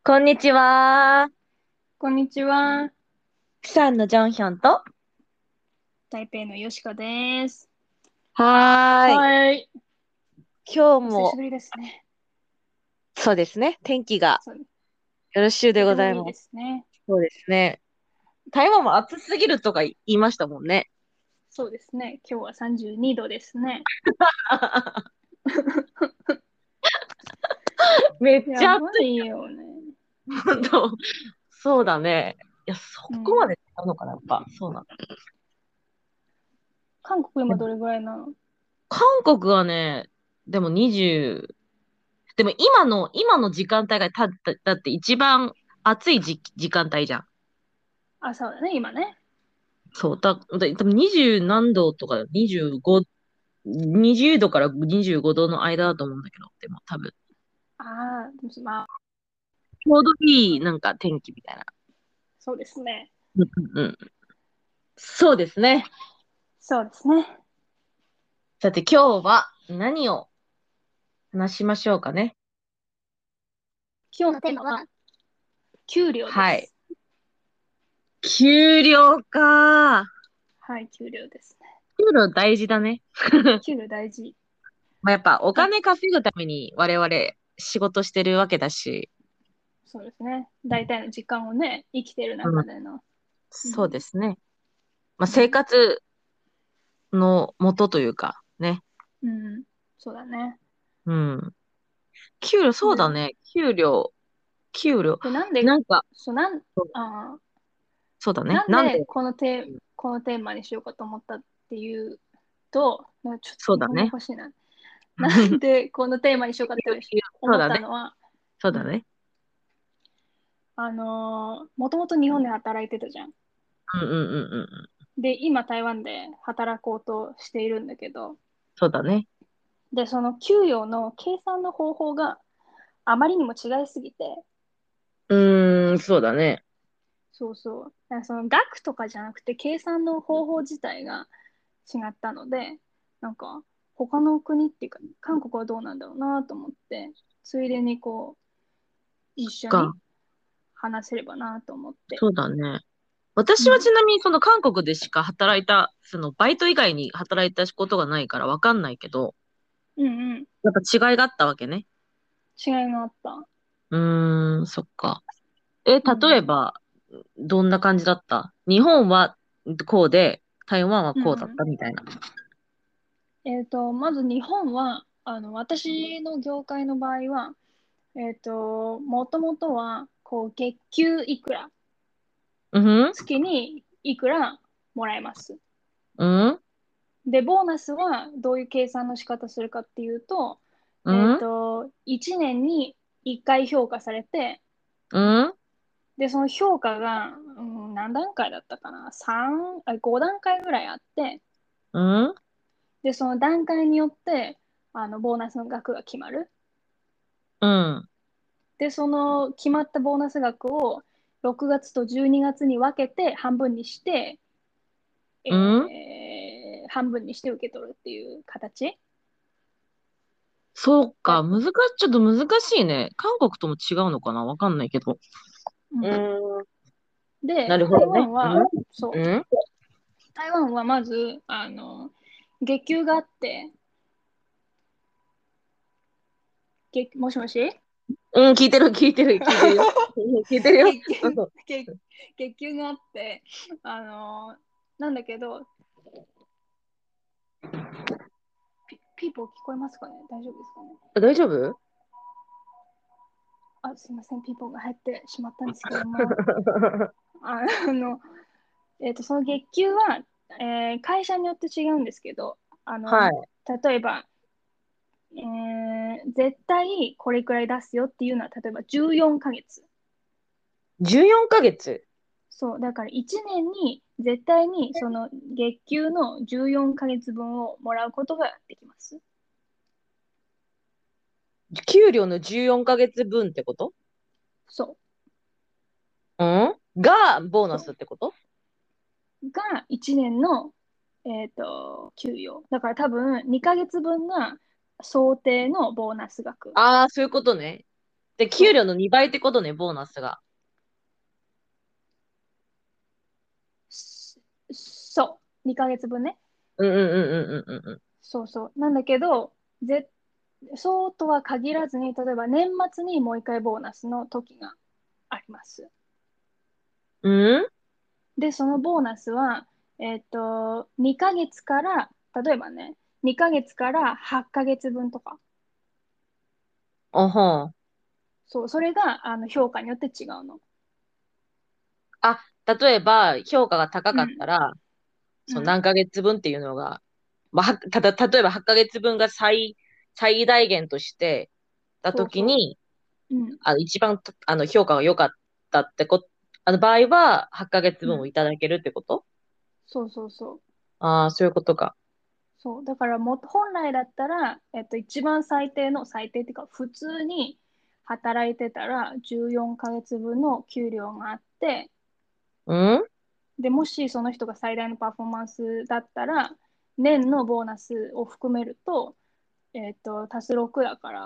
こんにちは。 こんにちは。 プサンのジョンヒョンと。 台北のよしかです。 はーい。 はい。 今日も、 お久しぶりですね。 そうですね。天気がそう、 よろしゅうでとてもいいでございます。 すね。 そうですね。台湾も暑すぎるとか言いましたもんね。 そうですね。今日は32度ですね。 めっちやばゃ暑い。 いよね。 本当。そうだね。いや、そうん。 こまで違うのかな、やっぱ。そうなんだ。 韓国でも今どれぐらいなの？ 韓国はね、でも20、でも今の時間帯がだって一番暑い時間帯じゃん。 あ、そうだね、今ね。 そう、多分20何度とか25、20度から25度の間だと思うんだけど、でも多分、 ああ、でもまあ、 ちょうどいいなんか天気みたいな。 そうですね。 うんうんうん。そうですね。 そうですね。 さて今日は何を話しましょうかね。 今日のテーマは、給料ではい。 す。 給料か。 はい、給料ですね。 給料大事だね。 給料大事。 まあ、やっぱおまあ、 金稼ぐために我々仕事してるわけだし、 そうですね。大体の時間をね、生きてるうん、 中での。うそうでん。 すね。まあ、生うん。 活の元というか、ね。 うん。そうだね。 うん。給料、そうだで、 ね。給料。 なんで、 なんか、 そう、なん、 そうあそうだね。 なんなんで、 でこのテーマにしようかと思ったっていうと、ちょっと日本語そうだね。 欲しいな。なんでこのテーマにしようかって思っそうだね。 たのは、うん、 そうだね。 もともと日本で働いてたじゃん。 うんうんうんうん。 で、今台湾で働こうとしているんだけど、 そうだね。 で、その給与の計算の方法があまりにも違いすぎて、 そうだね。 そうそう。だからその額とかじゃなくて計算の方法自体が違ったので、なんか他の国っていうか韓国はどうなんだろうなと思って、ついでにこう一緒にか。 話せればなと思って。 そうだね。私はうん。 ちなみにその韓国でしか働いた、そのバイト以外に働いたことがないからわかんないけど、 うんうん。 やっぱ違いがあったわけね。 違いがあった。 そっか。 うん。 例えば、どんな感じだった？日本はこうで、台湾はこうだっうんうん。 たみたいな。 まず日本は、私の業界の場合は、もともとは、こう、月給いくら、 うんふん月にいくらもらえます。 うんで、ボーナスはどういう計算の仕方するかっていうと、 うん 1年に1回評価されて、 うんで、その評価が、何段階だったかな？ 3、5段階ぐらいあって、 うんで、その段階によって、ボーナスの額が決まる。 うん。 で、その決まったボーナス額を6月と12月に分けて半分にして、 うん。 半分にして受け取るっていう形そうか。 だ。 ちょっと難しいね。韓国とも違うのかなわかんないけど。ううん。 ーん。なで、台るほどね。 湾は、そう、 うん台湾はまず、月給があって、もしもし？ うん、聞いてるよ。聞いてるよ。 月給、月、月給があって、あの、なんだけど、ピーポー聞こえますかね？大丈夫ですかね？ 大丈夫？ あ、すいません、ピーポーが入ってしまったんですけども、あの、その月給は、会社によって違うんですけど、 はい。 例えば、絶対これくらい出すよっていうのは、例えば14ヶ月。 14ヶ月。 そう、だから1年に絶対にその月給の14ヶ月分をもらうことができます。 給料の14ヶ月分ってこと？ そが、ボーナスう。 ってこと？ が1年の、給与。だから多分2ヶ月分が想定のボーナス額。 ああー、そういうことね。 で、給そ料の2倍ってことね、ボーナスが。 う。そう。2ヶ月分ね。 うんうんうんうんうんうん。 そうそう。なんだけど、そうとは限らずに、例えば年末にもう一回ボーナスの時があります。 うんで、そのボーナスは、2ヶ月から、例えばね、2ヶ月から8ヶ月分とか、 おほん。 そう、それが評価によって違うの。 あ、例えば、評価が高かったうん、 ら、そのうん、 何ヶ月分っていうのが、まあ、例えば8ヶ月分が最大限としてたとそうそきに、 う。うん、 一番評価が良かったって場合は、8ヶ月うん、 分をいただけるってこと？ そうそうそう。 ああー、そういうことか。 そう、だから本来だったら、一番最低っていうか、普通に働いてたら14ヶ月分の給料があって、 うんで、もしその人が最大のパフォーマンスだったら、年のボーナスを含めると、足す6だから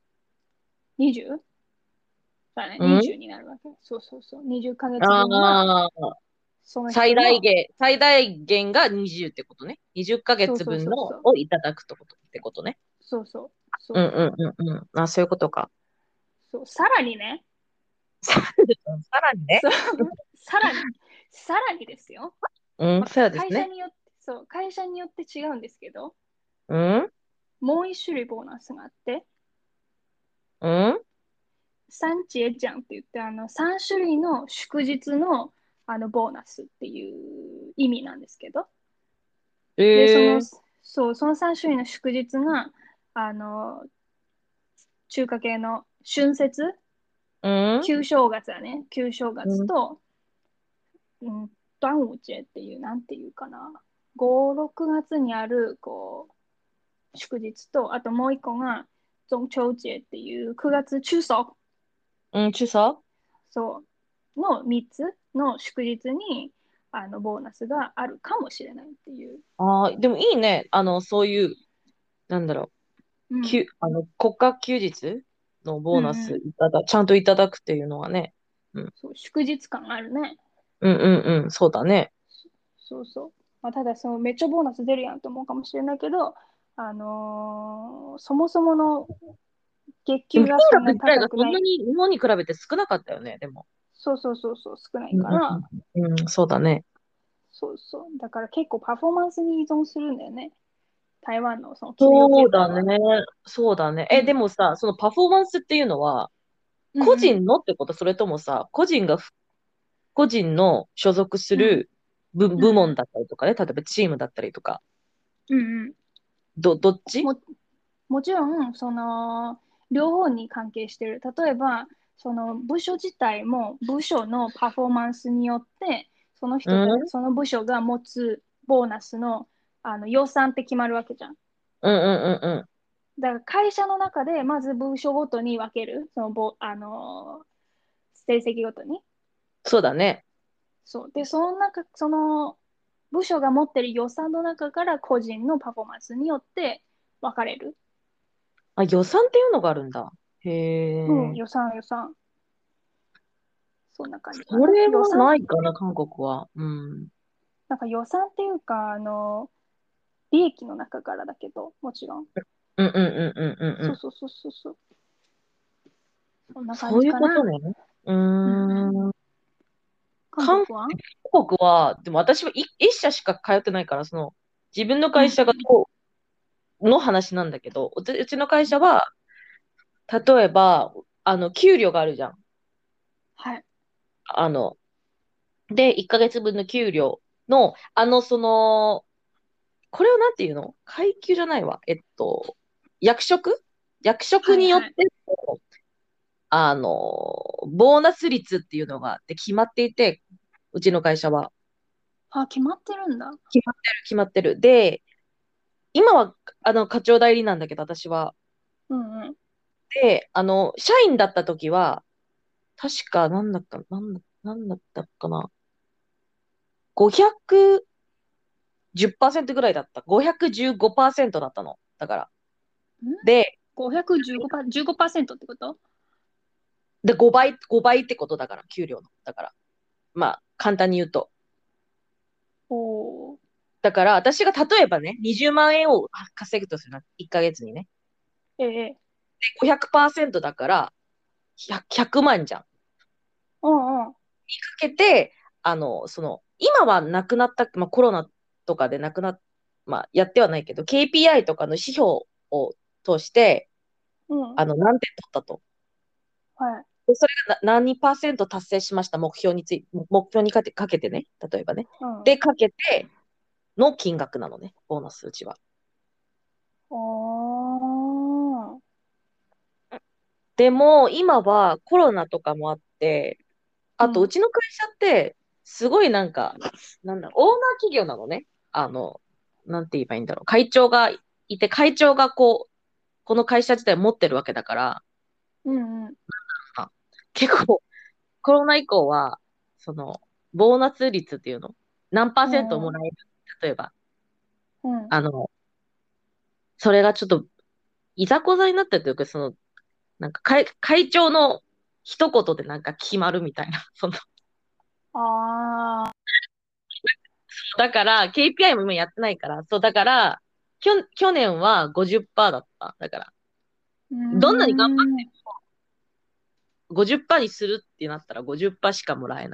20？ だね、 うん 20になるわけ。そうそうそう。20ヶ月分は、 ああ、 その人の、 最大限が20ってことね。20ヶそうそう月分のそうそう。 をいただくってことね。 そうそう。そうそう。 うんうんうんうん。あ、そういうことか。 そう。さらにね、 さらにね。 そう、さらに、さらにですよ。 うん、 まあ、 そうですね。 会社によって違うんですけど、 うんもう一種類ボーナスがあって、 うん三知恵ちゃんって言って、三種類の祝日の、ボーナスっていう意味なんですけど、で、 ええその三種類の祝日が、あの、中華系の春節、 うん旧正月だね。旧正うん月と、うん、端午節っていう、なんていうかな。5、6月にある、こう、祝日と、あともう一個が、中秋節っていう9月中足、 うん、中佐そうの3つの祝日にボーナスがあるかもしれないっていう。 ああー、でもいいね。そういう、なんだろう、 うん、 国家休日のボーナうんうん。 スちゃんといただくっていうのはね。うん、 そう、祝日感あるね。 うんうんうん、そうだね。 そうそう。まあ、ただ、めっちゃボーナス出るやんと思うかもしれないけど、そもそもの月でも金給がそんな額自体が高くない。 そんなに日本に比べて少なかったよね、でも。 そうそうそうそう、少ないうんうんから、 うん、うん、そうだね。 そうそう。だから結構パフォーマンスに依存するんだよね。台湾のその給与そうだ形態は。 ね。そうだね。でうん。 もさ、そのパフォーマンスっていうのは、個うんうん。 人のってこと？それともさ、個人の所属すうん。 る部門うんだったりとかね、例えばチームだったりとか、 うん。うんうん。 どっち？ も、もちろん、両方に関係してる。例えば、その部署自体も部署のパフォーマンスによって、 うんその部署が持つボーナスの、予算って決まるわけじゃん。 うんうんうんうん。 だから会社の中でまず部署ごとに分ける。成績ごとに。 そうだね。 そう。で、その部署が持ってる予算の中から個人のパフォーマンスによって分かれる。 あ、予算っていうのがあるんだ。へうん、 え。 予算。そんな感じかな。 それはないかな、韓国は。うん。 なんか予算っていうか、利益の中からだけど、もちろん。 うんうんうんうんうんうん。 そうそうそうそうそう。そんな感そういうじかな。 ことね。ううんうん。 ーん。韓韓国は国は、でも私は一社しか通ってないから、自分の会社がうんうん。 の話なんだけど、うちの会社は、例えば、給料があるじゃん。 はい。 あの、で、1ヶ月分の給料の、これをなんていうの？階級じゃないわ。役職役職はいはい。 によって、ボーナス率っていうのがあって決まっていて、うちの会社は。 あ、決まってるんだ。 決まってる。で、今は、課長代理なんだけど、私は。 うんうん。 で、社員だった時は、確か、なんだったかな。510%ぐらいだった。515%だったの。だから。 んで、 ?515%、15%ってこと？ で、5倍ってことだから、給料の。だから、まあ、簡単に言うと。 おー。 だから、私が例えばね、20万円を稼ぐとするな、1ヶ月にね。 ええ。 500%だから、100万じゃん。かうんうん。 けて、今はなくなった、まあ、コロナとかでなくなっ、まあ、やってはないけど、KPI とかの指標を通して、 うん。 何点取ったと。 はい。 で、それが何パーセント達成しました目標にかけてね、例えばね。 うん。 で、かけての金額なのね、ボーナスうちは。 おー。 でも、今はコロナとかもあって、あと、ううん。 ちの会社って、すごいなんか、なんだ、オーナー企業なのね。なんて言えばいいんだろう。会長がいて、会長がこの会社自体持ってるわけだから、 うんうん。 あ結構、コロナ以降は、ボーナス率っていうの、何パーセントうんうん。 もらえる。例えば、 うん。 あの、それがちょっと、いざこざになってるというか、なんか会長の一言でなんか決まるみたいな。 ああ。 だから、KPI も今やってないから、そう、だから、去年は50%だった。だから、 うーどんなに頑張ってん。 50%にするってなったら50%しかもらえない。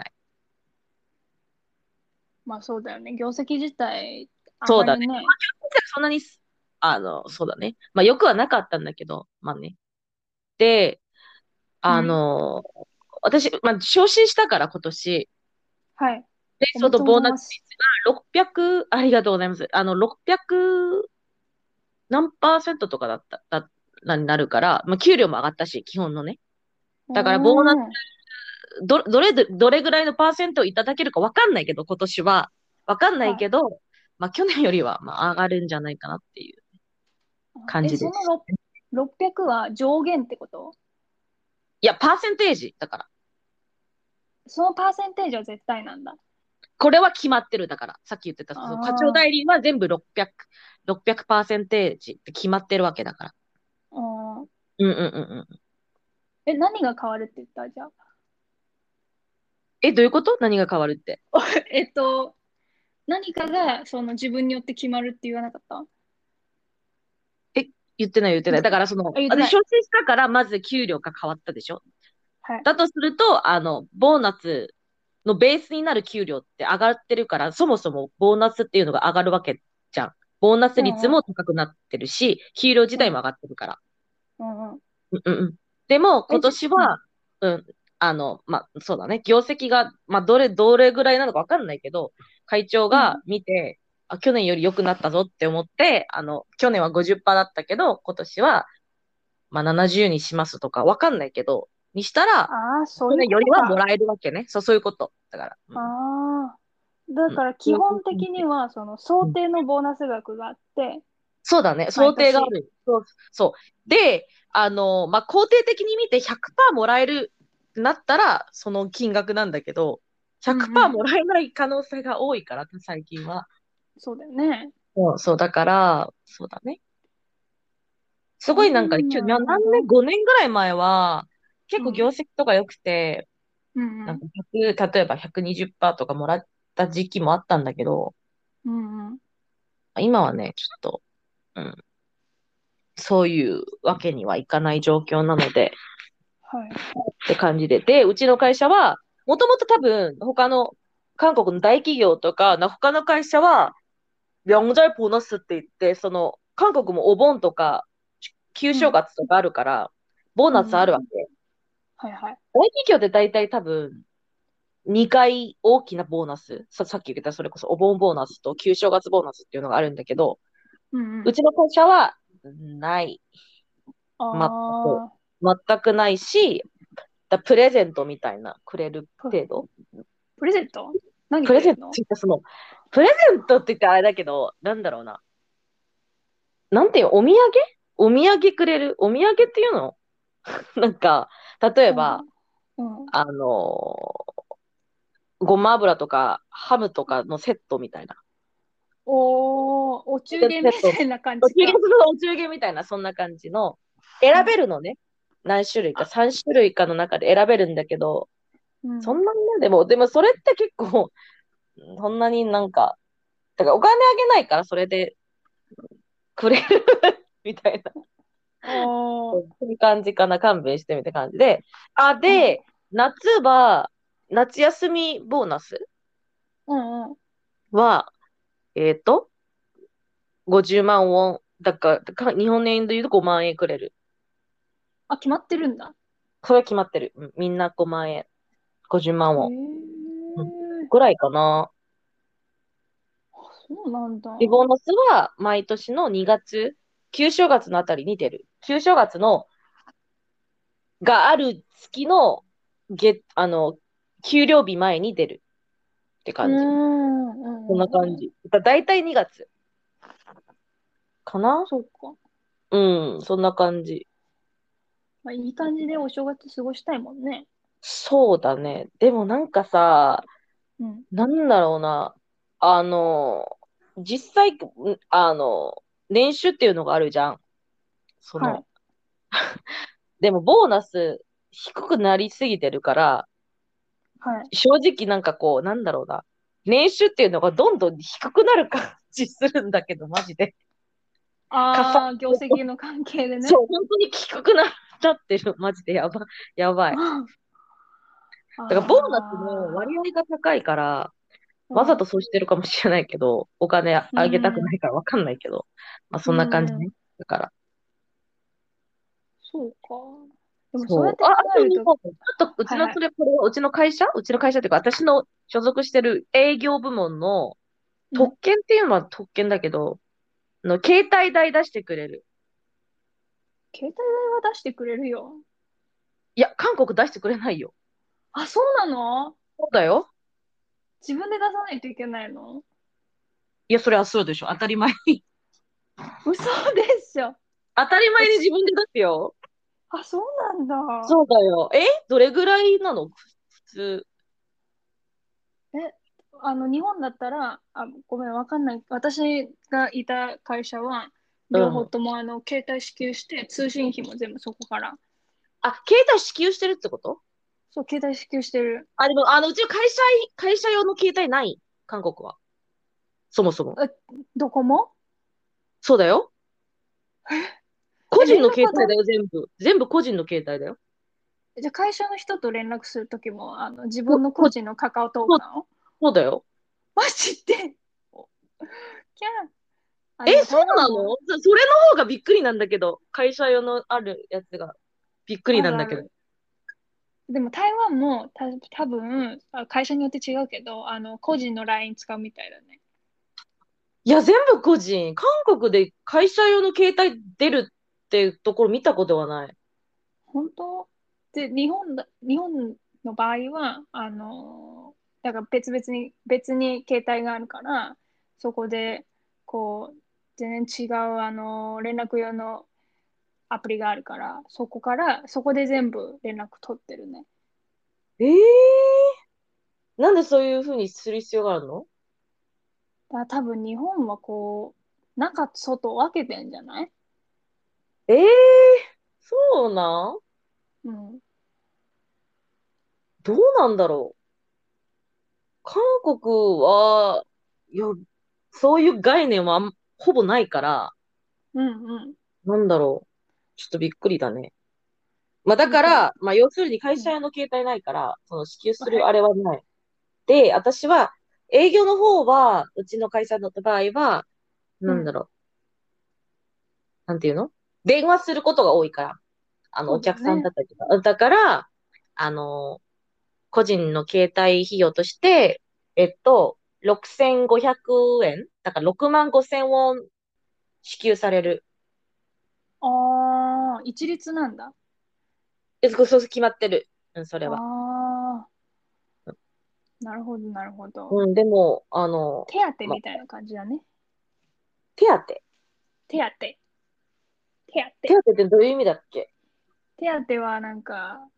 まあそうだよね。業績自体上そうだね。 がるね。 そんなに、そうだね。まあ、よくはなかったんだけど、まあね。で、あうん。 の、私、まあ、昇進したから今年、 はい。 で、 おめでとうごボーナスざいます。 率が600、ありがとうございます。600何パーセントとかになるから、まあ、給料も上がったし、基本のね。 うーだから、ボーナス、 ん。 どれぐらいのパーセントをいただけるかわかんないけど、今年は。わかんないはい。 けど、まあ、去年よりは、まあ、上がるんじゃないかなっていう感じそのです。 600は上限ってこと？ いや、パーセンテージだから。 そのパーセンテージは絶対なんだ。 これは決まってる。だから、さっき言ってた、その課長あ代理は全部600パーセンテージって決まってるわけだから。 あ。うん。 うんうんうんうん。 何が変わるって言ったじゃあ？ どういうこと？何が変わるって。 えっと、何かがその自分によって決まるって言わなかった？ え、言ってない言ってない。だから私昇言ってない。 進したから、まず給料が変わったでしょ？ はい。 だとすると、ボーナスのベースになる給料って上がってるから、そもそもボーナスっていうのが上がるわけじゃん。ボーナス率うんうん。 も高くなってるし、給料自うん。 体も上がってるから。 うんうん。 うんうんうん。でも、今年うん。 は、うん、まあ、そうだね。業績が、まあ、どれぐらいなのかわかんないけど、会長がうん。 見て、去年より良くなったぞって思って、去年は50%だったけど、今年は、まあ、70にしますとか、わかんないけど、にしたら、 ああ、そういう去年よことか。 りはもらえるわけね。そういうこと。だから。うん。 ああ。だうん。 から基本的にはその想定のボーナス額があって、 そうだね。想定があ毎年。 る。そう。で、まあ、肯定的に見て100%もらえるなったら、その金額なんだけど、100% うんうん。 もらえない可能性が多いから、最近は。 そうだよね。 そう、だから、そうだね。すああ、 ごいなんか、 なるほ何年、 ど。 5年ぐらい前は、結構業うん。 績とか良くて、なんかうんうん。 例えば120%とかもらった時期もあったんだけど、 うんうん。 今はね、ちょっと、うん、そういうわけにはいかない状況なので、 はい。 って感じで。で、うちの会社は、もともと多分、他の韓国の大企業とか、他の会社は、명절ボーナスって言って、韓国もお盆とか、旧正うん。 月とかあるから、ボーナスうんうん。 あるわけ。 はいはい。 大企業って大体多分、2回大きなボーナス、さっき言ったそれこそお盆ボーナスと旧正月ボーナスっていうのがあるんだけど、 うんうん。 うちの会社はない。全く。 ああ、 全くないし、プレゼントみたいなくれるプ、 程度。 プレゼント？何プレゼントってくれるの？ 言ったプレゼントって言ったらあれだけど、なんだろうな。なんていう、お土産くれる。お土産っていうの？なんか、例えば、 うん。うん。 あのごま油とか、ハムとかのセットみたいな。 お中セ元みット、 たいな感お中元じか。 のお中元みたいな、そんな感じの、選べうん。 るのね。 何種類か、3種類かの中で選べるんだけど、 うん。 そんなにね、でもそれって結構、そんなになんか、だからお金あげないからそれでくれるみたいな。 おー。 そういう感じかな、勘弁してみたいな感じで。あ、 うんで、夏は、夏休みボーナスうんうん。 は、えっと、50万ウォン。だから日本円で言うと5万円くれる。 あ、決まってるんだ。 それは決まってる。うん、みんな5万円。50万ウへォン。うん。 え。 ぐらいかな。 そうなんだ。 で、ボーナスは毎年の2月、旧正月のあたりに出る。旧正月のがある月の給料日前に出るってうー感じ。 ん。うんそんなうんうん。 感じ。だいたい2月かな。 そうか。 うん、そんな感じ。 まあ、いい感じでお正月過ごしたいもんね。 そうだね。でもなんかさ、 うん。 なんだろうな。あの、実際、年収っていうのがあるじゃん。そはい。 の、でもボーナス低くなりすぎてるから、 はい。 正直なんかこう、なんだろうな。年収っていうのがどんどん低くなる感じするんだけど、マジで。重ねああ、業ると績の関係でね。 そう、本当に低くなってる。マジでやばい。だからボーナスの割あ合が高いから、わざあ、 とそうしてるかもしれないけど、お金うん。 あげたくうん。 ないからわかんないけど、まあそうんな感じね。 ん。 だから。 そうか。でもそうやっそう。 て考あとえると、 にちょっと、うちはいはい。 のそれ、これはうちの会社っていうか、私の所属してる営業部門のうん。 特権っていうのは特権だけど、携帯代出してくれる。 携帯代は出してくれるよ。 いや、韓国出してくれないよ。 あ、そうなの？ そうだよ。 自分で出さないといけないの？ いや、それはそうでしょ。当たり前に。 嘘でしょ。 当たり前にえ、 自分で出すよ。 あ、そうなんだ。 そうだよ。どれぐらいなの普通？ え、日本だったら、ごめん、わかんない。私がいた会社は、両方うん。 とも携帯支給して、通信費も全部そこから。 あ、携帯支給してるってこと？ そう、携帯支給してる。 あ、でも、うちの会社用の携帯ない。韓国は。そもそも。 え、どこも？ そうだよ。個連人の絡はどん、 携帯だよ、全部。全部個人の携帯だよ。 じゃあ会社の人と連絡するときも、自こ、 分の個こ、 人のカカオトーこ、 クなの？ そうだよ。 マジで？キャー。 そでも台うなの？ 湾もそれの方がびっくりなんだけど。会社用のあるやつが。びっくりなんだけど。 あるある。でも台湾も多分会社によって違うけど、個人の LINE 使うみたいだね。 いや、全部個人。韓国で会社用の携帯出るっていうところ見たことはない。 本当？で、日本の場合は、だから別に携帯があるから、そこで、こう、全然違う、連絡用のアプリがあるから、そこで全部連絡取ってるね。 ええなんでそういうふうにする必要があるの？ だから多分日本は中と外を分けてんじゃない？ ええそうなん？ うん。 どうなんだろう。韓国は、いや、そういう概念はほぼないから、 うんうん。 なんだろう。ちょっとびっくりだね。まあだなんか、 から、まあ要するに会うん。 社用の携帯ないから、その支給するあはい。 れはない。で、私は、営業の方は、うちの会社の場合は、 うん。 なんだろう。なんていうの？電話することが多いから、 そうお客さんだだよね。 ったりとか。だから、あの、個人の携帯費用として、6500円だから6万5千ウォン支給される。 ああ、一律なんだ。 そう決まってる。うん、それあは。 あ、なるほど、なるほど。 うん、でも、 手当ま、 みたいな感じだね。 手当手当、手当。 手当ってどういう意味だっけ？ 手当はなんか、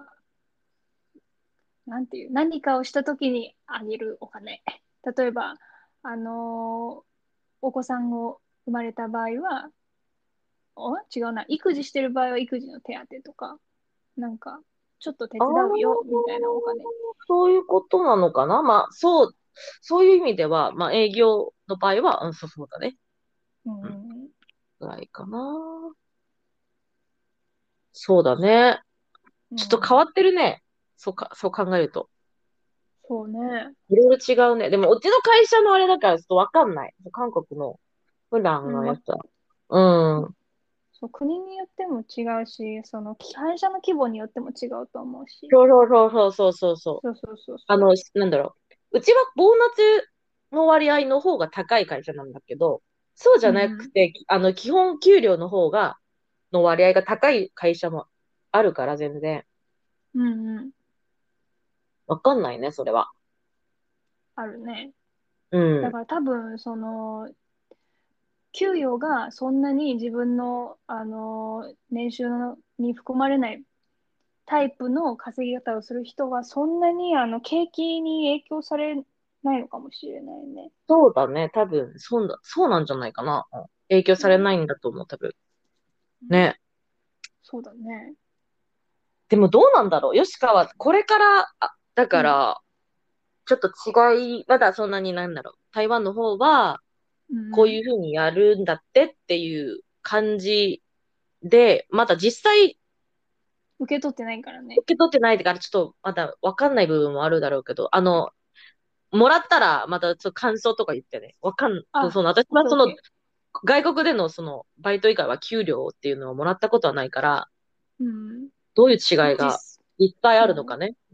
なんていう、何かをしたときにあげるお金。例えば、お子さんを生まれた場合は、 違うな。育児してる場合は育児の手当とか、なんか、ちょっと手あ伝うよ、 あ、 みたいなお金。 そういうことなのかな。まあ、そういう意味では、まあ、営業の場合は、そうだね。 ううん、 ん。 ぐらいかな。そうだね。 うん。 ちょっと変わってるね。そう考えると。 そうね。 いろいろ違うね。でも、うちの会社のあれだからちょっとわかんない。韓国の普段うん、 のやつは。うん。 そう、国によっても違うし、その会社の規模によっても違うと思うし。 そう。 そうそうそうそう。 なんだろう。うちはボーナスの割合の方が高い会社なんだけど、そうじゃなうんくて、基本給料の方の割合が高い会社もあるから全然。 うん。うんうん。 わかんないね、それは。 あるね。 うん。 だから多分、その、給与がそんなに自分の、年収に含まれないタイプの稼ぎ方をする人は、そんなに景気に影響されないのかもしれないね。 そうだね、多分、そうなんじゃないかな。影響うん、 されないんだと思う、多分。 うん、 ね。 そうだね。 でもどうなんだろう。吉川、これから、だうん、 から、ちょっとまだそんなになんだろう。台湾の方は、 うん、うん。 こういうふうにやるんだってっていう感じで、まだ実際受け取ってないからね。 受け取ってないから、ちょっとまだわかんない部分もあるだろうけど、もらったらまたちょっと感想とか言ってね。 あ、 私はそのオッケーオッケ外国でのそのバイト以外は給料っていうのはもらったことはないから、 ー。うん。 どういう違いが実際あうん。 るのかね。うん。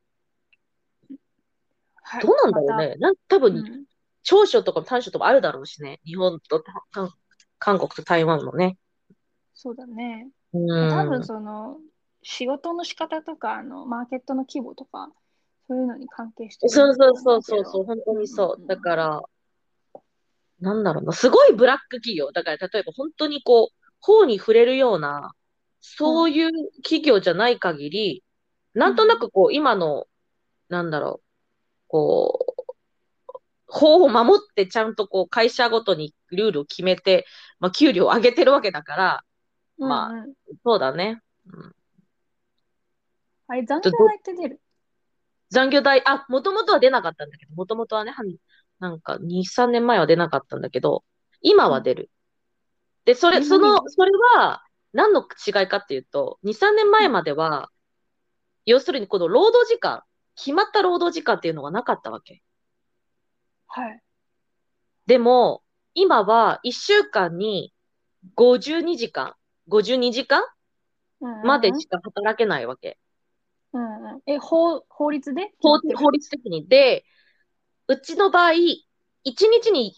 はい。 どうなんだまた、 ろうね。多分、 うん。 長所とか短所とかあるだろうしね。日本と韓国と台湾のね。 そうだね。 う多分ん。 その、仕事の仕方とか、マーケットの規模とか、そういうのに関係してるんだと思うけど。 本当うんうんにそう。だかうんら、なんだろうな、すごいブラック企業。だから例えば本当にこう、法に触れるような、 うん。 そういう企業じゃない限り、なんとなうん。 くこう、今の、なんだろう、こう、法を守ってちゃんとこう、会社ごとにルールを決めて、まあ、給料を上げてるわけだから、まあ、 うんうん。 そうだね。うん、 あれ、残業ちょっと代って出る？ 残業代、もともとは出なかったんだけど、もともとはね、なんか2、3年前は出なかったんだけど、今うん。 は出る。で、 何が？ それは、何の違いかっていうと、2、3年前うん。 までは、要するにこの労働時間、決まった労働時間っていうのがなかったわけ。 はい。 でも、今は1週間に52時間、52時間までうんうん。 しか働けないわけ。 うんうん。法律で決まって法る？ 律的に。で、うちの場合、1日に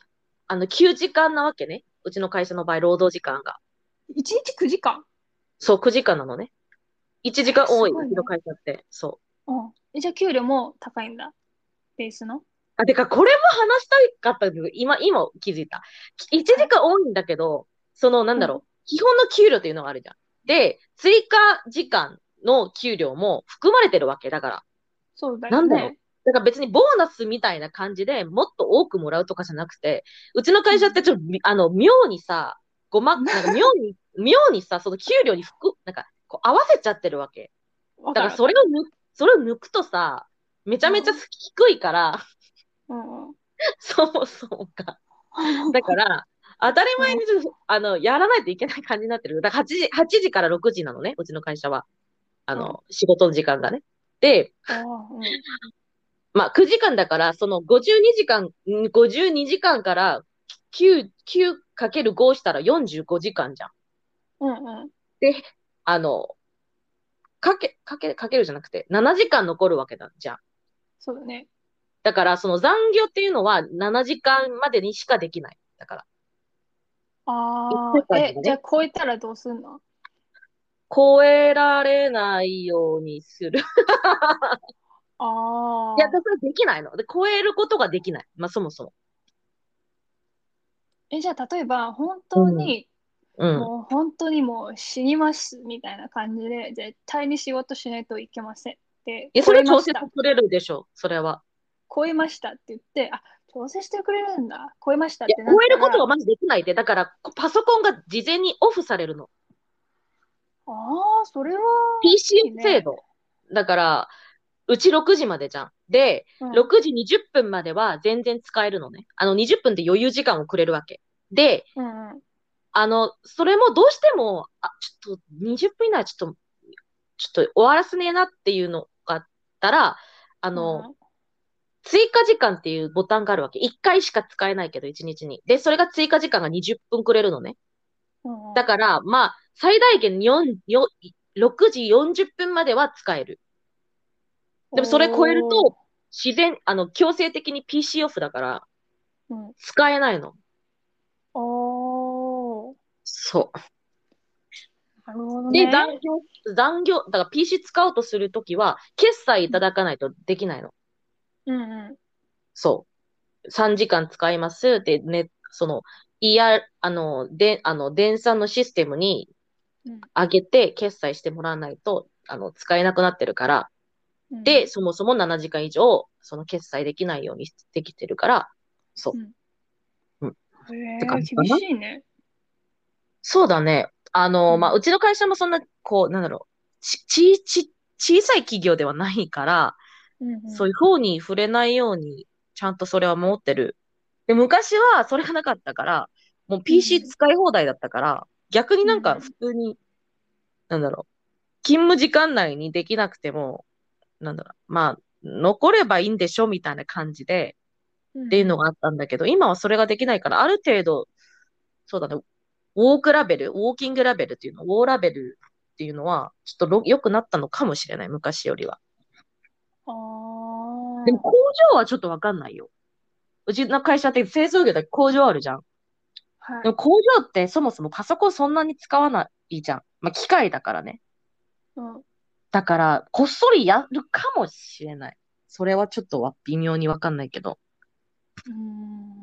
9時間なわけね。うちの会社の場合、労働時間が。 1日9時間？ そう、9時間なのね。1時間多い、うちのすごいね。 会社って。そう。 うん。じゃあ給料も高いんだ。ベースの。 てか、これも話したかったけど、今気づいた。1 はい。 時間多いんだけど、なんうん。 だろう。基本の給料っていうのがあるじゃん。で、追加時間の給料も含まれてるわけだから。 そうだなんだろう。 よね。 だから別にボーナスみたいな感じでもっと多くもらうとかじゃなくて、うちの会社ってうん。 ちょっと、妙にさ、なんか妙にさ、その給料になんか、こう合わせちゃってるわけ。 わだからかるわかる。 それを抜くとさ、めちゃめちゃうん。 低いから、 うんうん。 そうか。だから、当たり前にやらないといけない感じになってる。だから8時から6時なのね、うちの会社は。 うん。 仕事の時間がね。で、 ああ、うん。 まあ、9時間だから、その52時間、52時間から9×5 したら45時間じゃん。 うんうん。 で、あの、かけるじゃなくて、7時間残るわけだ、じゃん。 そうだね。 だから、その残業っていうのは7時間までにしかできない。だから、1週ああ、じゃあ間でね、 超えたらどうすんの？ 超えられないようにする。いや、 ああ。 だからできないの。で、超えることができない。まあ、そもそも。 じゃあ例えば、本うん。 当に、 うん。 もう本当にもう死にますみたいな感じで、絶対に仕事しないといけません。で、 いや、そ超れは調節えました。 取れるでしょ。それは。 超えましたって言って、あ、 調整してくれるんだ。超えましたいや、 ってなっ超えたら、 ることがまずできないって。だから、パソコンが事前にオフされるの。 ああ、それは PC いいね。 制度。だから、うち6時までじゃん。で、 うん。 6時20分までは全然使えるのね。20分で余裕時間をくれるわけ。で、 うんうん。 それもどうしても、ちょっと20分以内はちょっと終わらせねえなっていうのがあったら、あの、 うんうん。 追加時間っていうボタンがあるわけ。1回しか使えないけど、1日に。で、それが追加時間が20分くれるのね。 うんうん。 だから、まあ、最大限6時40分までは使える。でもそれ超えると、 おー。 自然、強制的に PC オフだから、 うん。 使えないの。 おー。 そう。 なるほどで、 ね。 だから PC 使おうとするときは、決済いただかないとできないの。 うんうん。 そう。3時間使いますで、ね、電産のシステムにうん。 上げて決済してもらわないと、使えなくなってるから、で、 うん。 そもそも7時間以上、その決済できないようにできてるから、そうん。 う。うん。ってへえ、厳感じかな。 しいね。 そうだね。まあ、 うん。 うちの会社もそんな、こう、なんだろう、小さい企業ではないから、 うんうん。 そういう方に触れないように、ちゃんとそれは守ってる。で、昔はそれがなかったから、もううんう PC ん。 使い放題だったから、逆になんかうんうん。 普通に、なんだろう、勤務時間内にできなくても、なんだろう、まあ、残ればいいんでしょみたいな感じで、っていううんうん。 のがあったんだけど、今はそれができないから、ある程度、そうだね、ウォーキングラベルっていうの、ウォーラベルっていうのは、ちょっと良くなったのかもしれない、昔よりは。 ああ。 でも工場はちょっとわかんないよ。うちの会社って製造業だけ工場あるじゃん。 はい。 でも工場ってそもそもパソコンそんなに使わないじゃん。まあ、機械だからね。 うん。 だから、こっそりやるかもしれない。それはちょっと微妙にわかんないけど。 うん。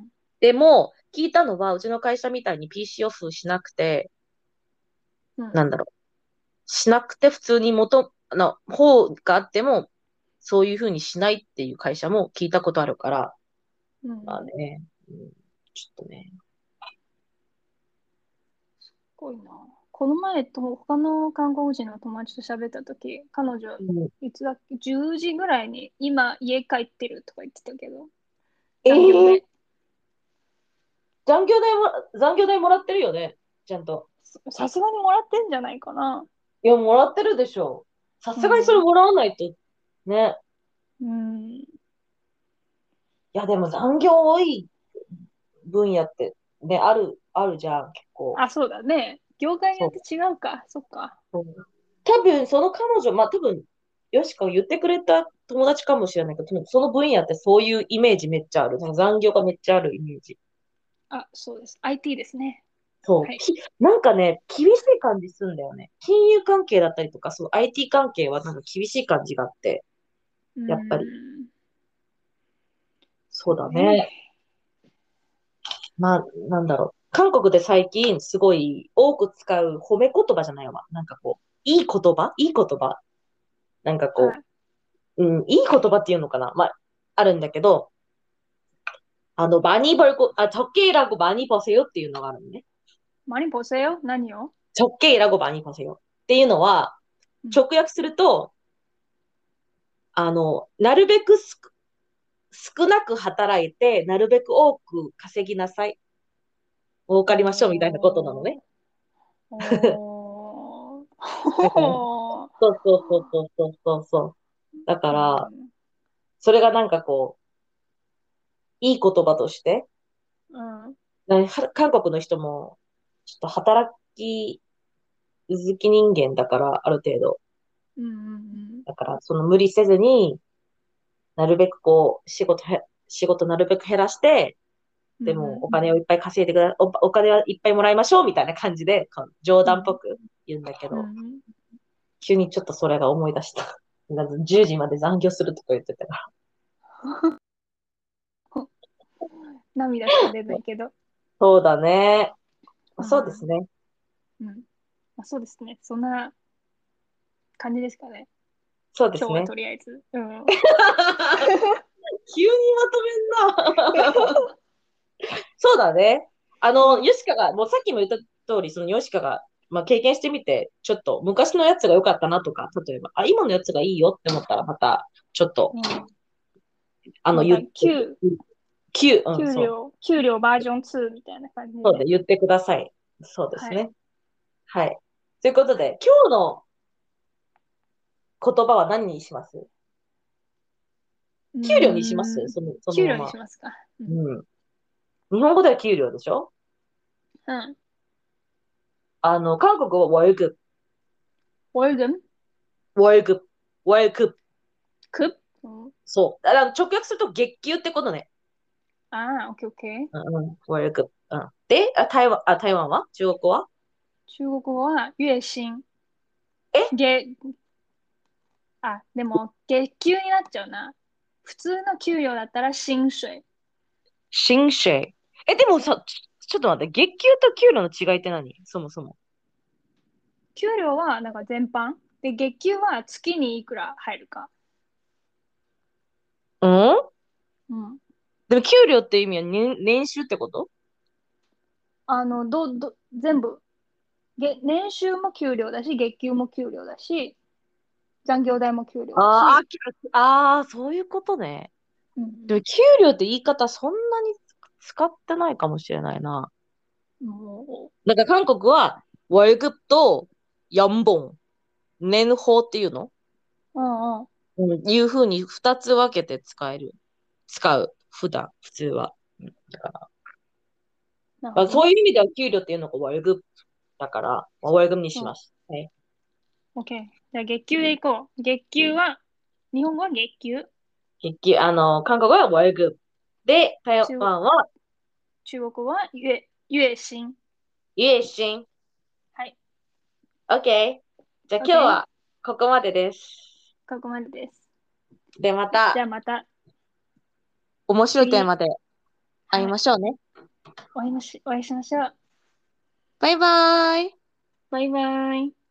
でも、聞いたのは、うちの会社みたいに PC オフしなくて、 うん。 なんだろう。しなくて普通に方があっても、そういうふうにしないっていう会社も聞いたことあるから、 うん。すまあね、ちょっとね。 ごいな。この前と他の韓国人の友達と喋ったとき、彼女、 うん、 いつだっけ、10時ぐらいに今家帰ってるとか言ってたけど、 えー、 残業で。 残業代もらってるよね。ちゃんと。 さすがにもらってんじゃないかな。 いや、もらってるでしょ。さうん。 すがにそれもらわないと。ね。 うん。 いや、でも残業多い分野って、ね、あるじゃん、結構。 あ、そうだね。業界によってそう。 違うか。そっか。 多分、その彼女、まあ多分、よしか言ってくれた友達かもしれないけど、多分その分野ってそういうイメージめっちゃある。その残業がめっちゃあるイメージ。 あ、そうです。IT ですね。 そう。 はい。 なんかね、厳しい感じするんだよね。金融関係だったりとか、そう、IT 関係はなんか厳しい感じがあって、 うやっぱり。 ん。 そうそうね。 だね。まあ、なんだろう。韓国で最近すごい多く使う褒め言葉じゃないわ。なんかこう、いい言葉なんかこはい。 いい言葉っていうのかなまあ、あるんだけど、적게일하고 많이 버세요っていうのがあるのね。 何보세요何を？ 적게일하고 많이 버세요っていうのは、 うん。 直訳すると、なるべく少なく働いて、なるべく多く稼ぎなさい。儲かりましょうみたいなことなのね。 おー。おー。 だから、 ほー。 そうそうそうそうそうそうそう。だかうら、 ん。 それがなんかこう、いい言葉として、 うん。 韓国の人も、ちょっと働き好き人間だから、ある程度。 うん。うん。 だから、その無理せずに、なるべくこう、仕事なるべく減らして、 うん。 でもうん。 お金をいっぱい稼いでお金はいっぱいもらいましょうみたいな感じで、冗うん。 談っぽく言うんだけど、 うん。 急にちょっとそれが思い出した。10時まで残業するとか言ってたか涙しか出なら。 いけど。 そうだね。 うん。 そうですね。 うん。まあ、そうですね。そんな感じですかね。今日はそうですね。 とりあえず。うん。 急にまとめんな。そうだね。ヨシカが、もうさっきも言った通り、そのヨシカが、まあ、経験してみて、ちょっと昔のやつが良かったなとか、例えば、あ、今のやつがいいよって思ったら、また、ちょっと、 うん。また言って、そう。 給料バージョン2みたいな感じそうで、 で。 言ってください。そうですはい。 ね。はい。ということで、今日の言葉は何にします？ う給料にしまーん。 すその給料にまま。 しますか。うん。 うん。日本語では給料でしょ？ うん。 韓国は월급、 월급 월급、월급。 급うん。 そう。直訳すると月給ってことね。 ああ、オッケーオッケー。 うん、월급。うん。で、台湾は中国語は？ 中国語は月薪。 え月、でも月給になっちゃうな。普通の給料だったら薪水。 薪水。でもさ、ちょっと待って、月給と給料の違いって何そもそも？ 給料はなんか全般。で、月給は月にいくら入るか。 うん。 うん。 でも給料って意味は年収ってこと？ 全部。年収も給料だし、月給も給料だし、残業代も給料だあーし、 そういうことね。 うん、 でも給料って言い方そんなに使ってないかもしれないな。 もなんか韓国は월급と연봉、年俸っていうの？ うんうん。 いうふうに二つ分けて使う。普通は。だから、まあ、 なるほどね。 そういう意味では給料っていうのが월급だから、まあ、월급にうん。 します。はい。 OK。じゃあ月給でいこう。月給は、日本語は月給。 結局、韓国は월급で、台中、 湾は中国は月薪。 月薪。 はい。 OK。じゃあ今日 OK。 はここまでです。 ここまでです。 で、まじゃあたまた面白いテー次。 マで会いはい。 ましょうね。 お会いしましょう。 バイバーイ。 バイバイ。